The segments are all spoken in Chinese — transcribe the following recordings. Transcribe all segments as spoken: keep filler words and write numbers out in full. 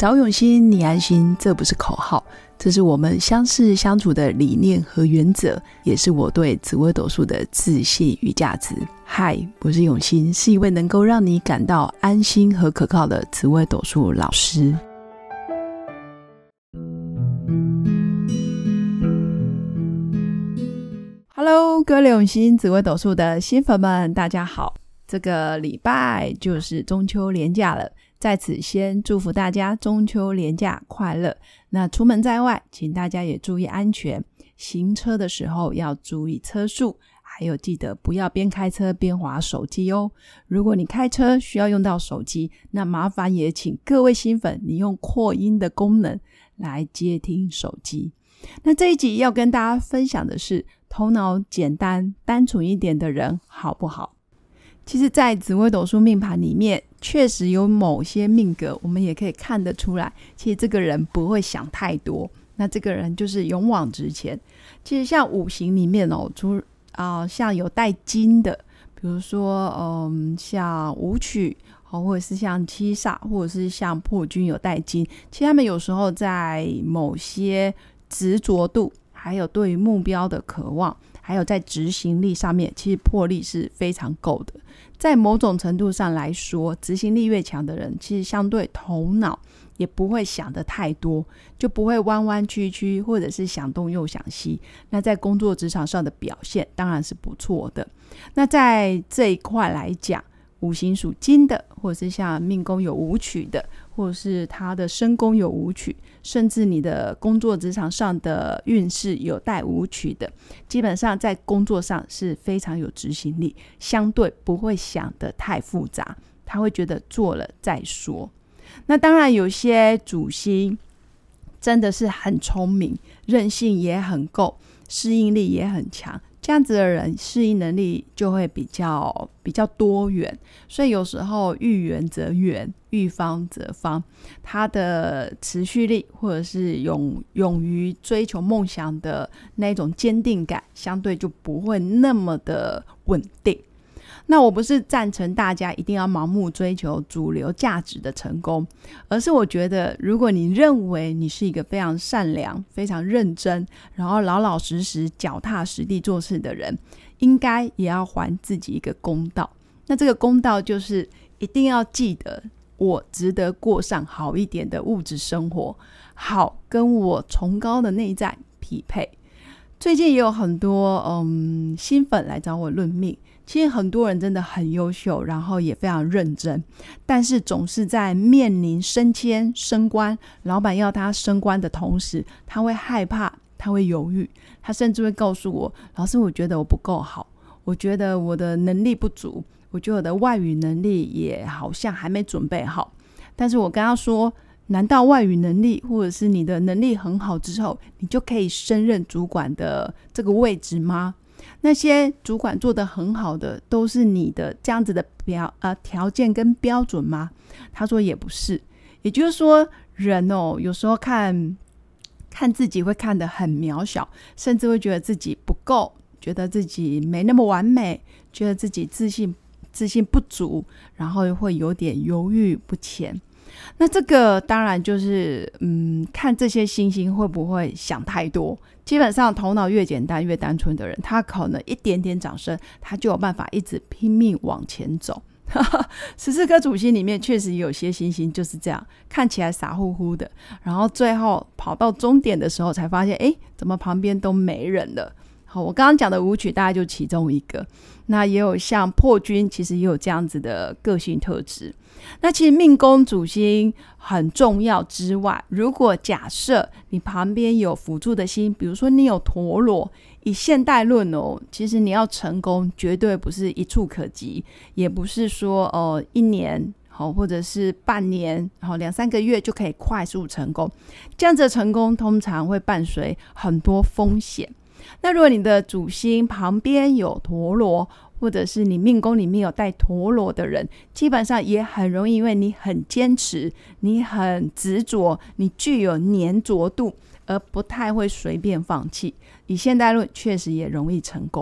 找永新，你安心，这不是口号，这是我们相识相处的理念和原则，也是我对紫微斗数的自信与价值。嗨，我是永新，是一位能够让你感到安心和可靠的紫微斗数老师。Hello， 各位永新紫微斗数的新粉们，大家好！这个礼拜就是中秋连假了，在此先祝福大家中秋连假快乐。那出门在外，请大家也注意安全，行车的时候要注意车速，还有记得不要边开车边滑手机哦。如果你开车需要用到手机，那麻烦也请各位新粉你用扩音的功能来接听手机。那这一集要跟大家分享的是，头脑简单单纯一点的人好不好？其实在紫微斗数命盘里面，确实有某些命格我们也可以看得出来，其实这个人不会想太多，那这个人就是勇往直前。其实像五行里面哦，除啊、像有带金的，比如说嗯，像武曲，或者是像七煞，或者是像破军有带金，其实他们有时候在某些执着度，还有对于目标的渴望，还有在执行力上面，其实魄力是非常够的。在某种程度上来说，执行力越强的人，其实相对头脑也不会想得太多，就不会弯弯曲曲，或者是想东又想西。那在工作职场上的表现当然是不错的。那在这一块来讲，五行属金的，或者是像命宫有武曲的，或者是他的身宫有武曲，甚至你的工作职场上的运势有带武曲的，基本上在工作上是非常有执行力，相对不会想得太复杂，他会觉得做了再说。那当然有些主星真的是很聪明，韧性也很够，适应力也很强，这样子的人适应能力就会比较比较多元，所以有时候遇圆则圆，遇方则方，他的持续力或者是勇勇于追求梦想的那种坚定感，相对就不会那么的稳定。那我不是赞成大家一定要盲目追求主流价值的成功，而是我觉得如果你认为你是一个非常善良、非常认真，然后老老实实脚踏实地做事的人，应该也要还自己一个公道。那这个公道就是一定要记得，我值得过上好一点的物质生活，好跟我崇高的内在匹配。最近也有很多嗯新粉来找我论命，其实很多人真的很优秀，然后也非常认真，但是总是在面临升迁升官，老板要他升官的同时，他会害怕，他会犹豫，他甚至会告诉我，老师我觉得我不够好，我觉得我的能力不足，我觉得我的外语能力也好像还没准备好。但是我跟他说，难道外语能力或者是你的能力很好之后，你就可以升任主管的这个位置吗？那些主管做得很好的，都是你的这样子的标呃条件跟标准吗？他说也不是。也就是说，人哦，有时候看看自己会看得很渺小，甚至会觉得自己不够，觉得自己没那么完美，觉得自己自信自信不足，然后会有点犹豫不前。那这个当然就是嗯，看这些星星会不会想太多。基本上头脑越简单越单纯的人，他可能一点点掌声，他就有办法一直拼命往前走。十四颗主星里面确实有些星星就是这样，看起来傻乎乎的，然后最后跑到终点的时候才发现，诶，怎么旁边都没人了。好，我刚刚讲的武曲大概就其中一个，那也有像破军，其实也有这样子的个性特质。那其实命宫主星很重要之外，如果假设你旁边有辅助的星，比如说你有陀螺，以现代论哦，其实你要成功绝对不是一触可及，也不是说呃一年好，或者是半年好两三个月就可以快速成功，这样子的成功通常会伴随很多风险。那如果你的主星旁边有陀螺，或者是你命宫里面有带陀螺的人，基本上也很容易，因为你很坚持，你很执着，你具有粘着度，而不太会随便放弃。以现代论确实也容易成功。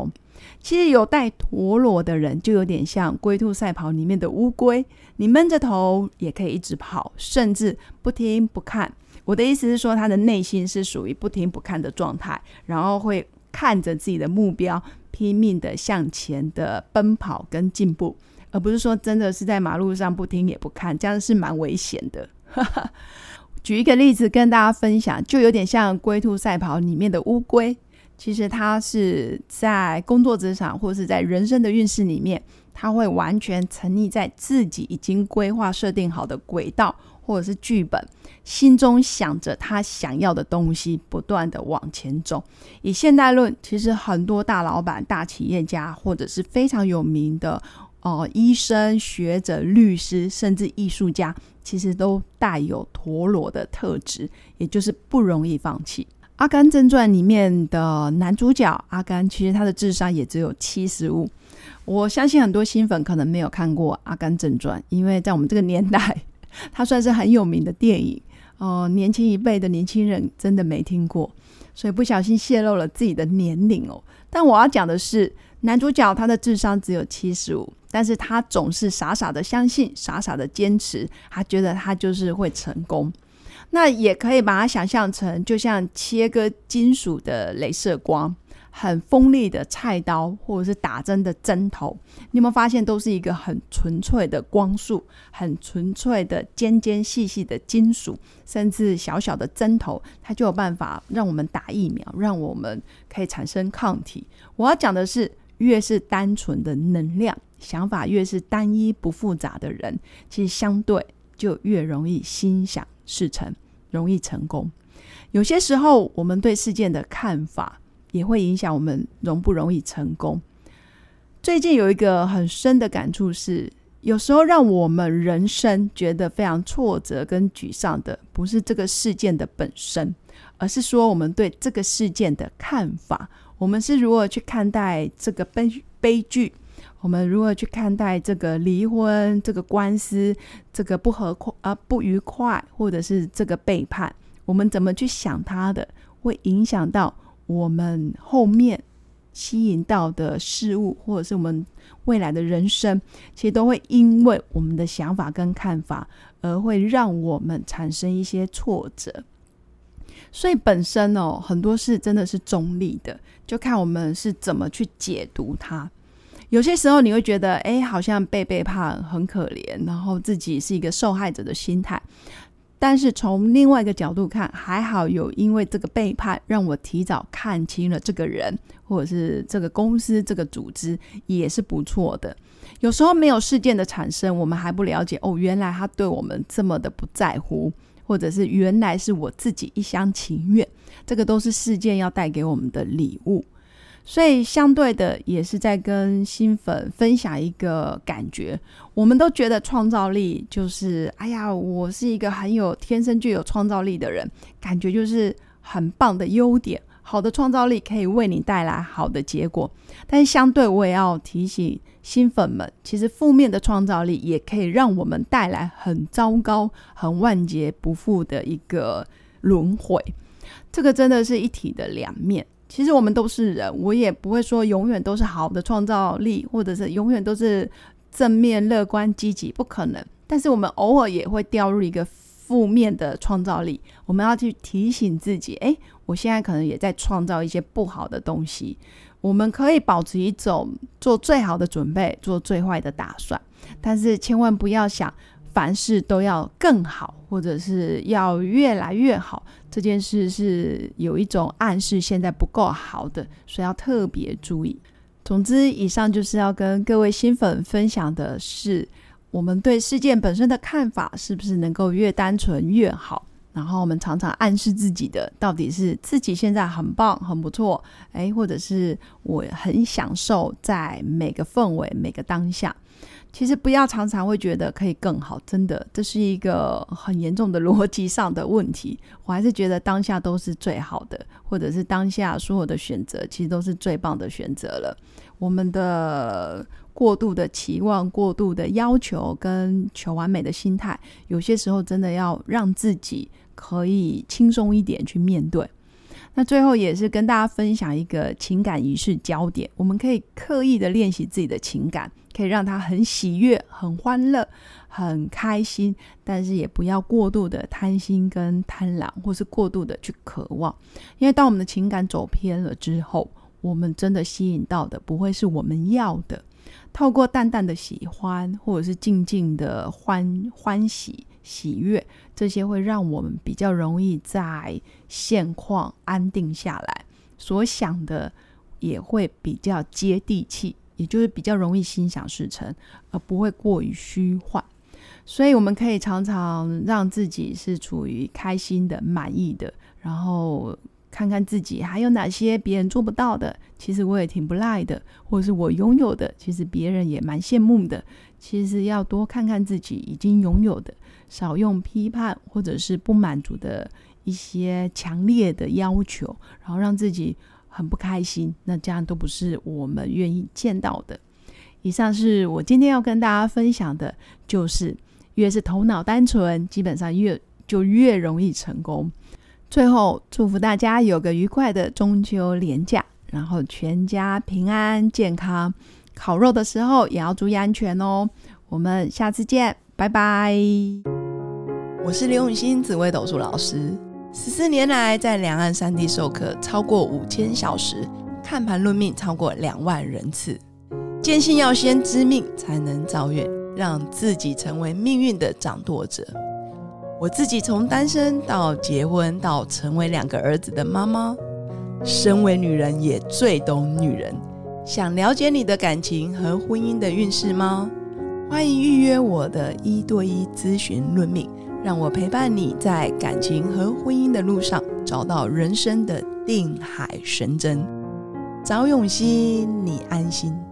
其实有带陀螺的人就有点像龟兔赛跑里面的乌龟，你闷着头也可以一直跑，甚至不听不看。我的意思是说，他的内心是属于不听不看的状态，然后会看着自己的目标拼命的向前的奔跑跟进步，而不是说真的是在马路上不听也不看，这样是蛮危险的举一个例子跟大家分享，就有点像龟兔赛跑里面的乌龟，其实它是在工作职场或是在人生的运势里面，它会完全沉溺在自己已经规划设定好的轨道或者是剧本，心中想着他想要的东西，不断的往前走。以现代论，其实很多大老板、大企业家，或者是非常有名的呃，医生、学者、律师，甚至艺术家，其实都带有陀螺的特质，也就是不容易放弃。阿甘正传里面的男主角阿甘，其实他的智商也只有七十五。我相信很多新粉可能没有看过阿甘正传，因为在我们这个年代它算是很有名的电影，呃，年轻一辈的年轻人真的没听过，所以不小心泄露了自己的年龄哦。但我要讲的是，男主角他的智商只有七十五，但是他总是傻傻的相信，傻傻的坚持，他觉得他就是会成功。那也可以把它想象成就像切割金属的雷射光，很锋利的菜刀，或者是打针的针头，你有没有发现都是一个很纯粹的光束，很纯粹的尖尖细细的金属，甚至小小的针头，它就有办法让我们打疫苗，让我们可以产生抗体。我要讲的是，越是单纯的能量，想法越是单一不复杂的人，其实相对就越容易心想事成，容易成功。有些时候我们对事件的看法也会影响我们容不容易成功。最近有一个很深的感触是，有时候让我们人生觉得非常挫折跟沮丧的，不是这个事件的本身，而是说我们对这个事件的看法。我们是如何去看待这个 悲, 悲剧，我们如何去看待这个离婚，这个官司，这个不和啊不愉快，或者是这个背叛，我们怎么去想它的，会影响到我们后面吸引到的事物，或者是我们未来的人生，其实都会因为我们的想法跟看法而会让我们产生一些挫折。所以本身哦，很多事真的是中立的，就看我们是怎么去解读它。有些时候你会觉得哎，好像被背叛很可怜，然后自己是一个受害者的心态，但是从另外一个角度看，还好有因为这个背叛让我提早看清了这个人，或者是这个公司这个组织，也是不错的。有时候没有事件的产生，我们还不了解哦，原来他对我们这么的不在乎，或者是原来是我自己一厢情愿，这个都是事件要带给我们的礼物。所以相对的也是在跟新粉分享一个感觉，我们都觉得创造力就是哎呀，我是一个很有天生具有创造力的人，感觉就是很棒的优点，好的创造力可以为你带来好的结果。但是相对我也要提醒新粉们，其实负面的创造力也可以让我们带来很糟糕很万劫不复的一个轮回，这个真的是一体的两面。其实我们都是人，我也不会说永远都是好的创造力，或者是永远都是正面乐观积极，不可能。但是我们偶尔也会掉入一个负面的创造力，我们要去提醒自己，诶，我现在可能也在创造一些不好的东西。我们可以保持一种做最好的准备，做最坏的打算，但是千万不要想凡事都要更好，或者是要越来越好，这件事是有一种暗示现在不够好的，所以要特别注意。总之以上就是要跟各位新粉分享的是，我们对事件本身的看法是不是能够越单纯越好，然后我们常常暗示自己的到底是自己现在很棒很不错，诶，或者是我很享受在每个氛围每个当下。其实不要常常会觉得可以更好，真的这是一个很严重的逻辑上的问题。我还是觉得当下都是最好的，或者是当下所有的选择其实都是最棒的选择了。我们的过度的期望，过度的要求跟求完美的心态，有些时候真的要让自己可以轻松一点去面对。 那最后也是跟大家分享一个情感仪式焦点，我们可以刻意的练习自己的情感，可以让它很喜悦、很欢乐、很开心，但是也不要过度的贪心跟贪婪，或是过度的去渴望。因为当我们的情感走偏了之后，我们真的吸引到的不会是我们要的。透过淡淡的喜欢，或者是静静的欢欢喜喜悦，这些会让我们比较容易在现况安定下来，所想的也会比较接地气，也就是比较容易心想事成，而不会过于虚幻。所以我们可以常常让自己是处于开心的、满意的，然后看看自己还有哪些别人做不到的，其实我也挺不赖的，或者是我拥有的，其实别人也蛮羡慕的。其实要多看看自己已经拥有的，少用批判或者是不满足的一些强烈的要求，然后让自己很不开心，那这样都不是我们愿意见到的。以上是我今天要跟大家分享的，就是越是头脑单纯，基本上越就越容易成功。最后祝福大家有个愉快的中秋连假，然后全家平安健康，烤肉的时候也要注意安全哦。我们下次见，拜拜。我是刘永新紫微斗数老师，十四年来在两岸三地授课超过五千小时，看盘论命超过两万人次。坚信要先知命才能造运，让自己成为命运的掌舵者。我自己从单身到结婚到成为两个儿子的妈妈，身为女人也最懂女人。想了解你的感情和婚姻的运势吗？欢迎预约我的一对一咨询论命，让我陪伴你在感情和婚姻的路上找到人生的定海神针。找永熙，你安心。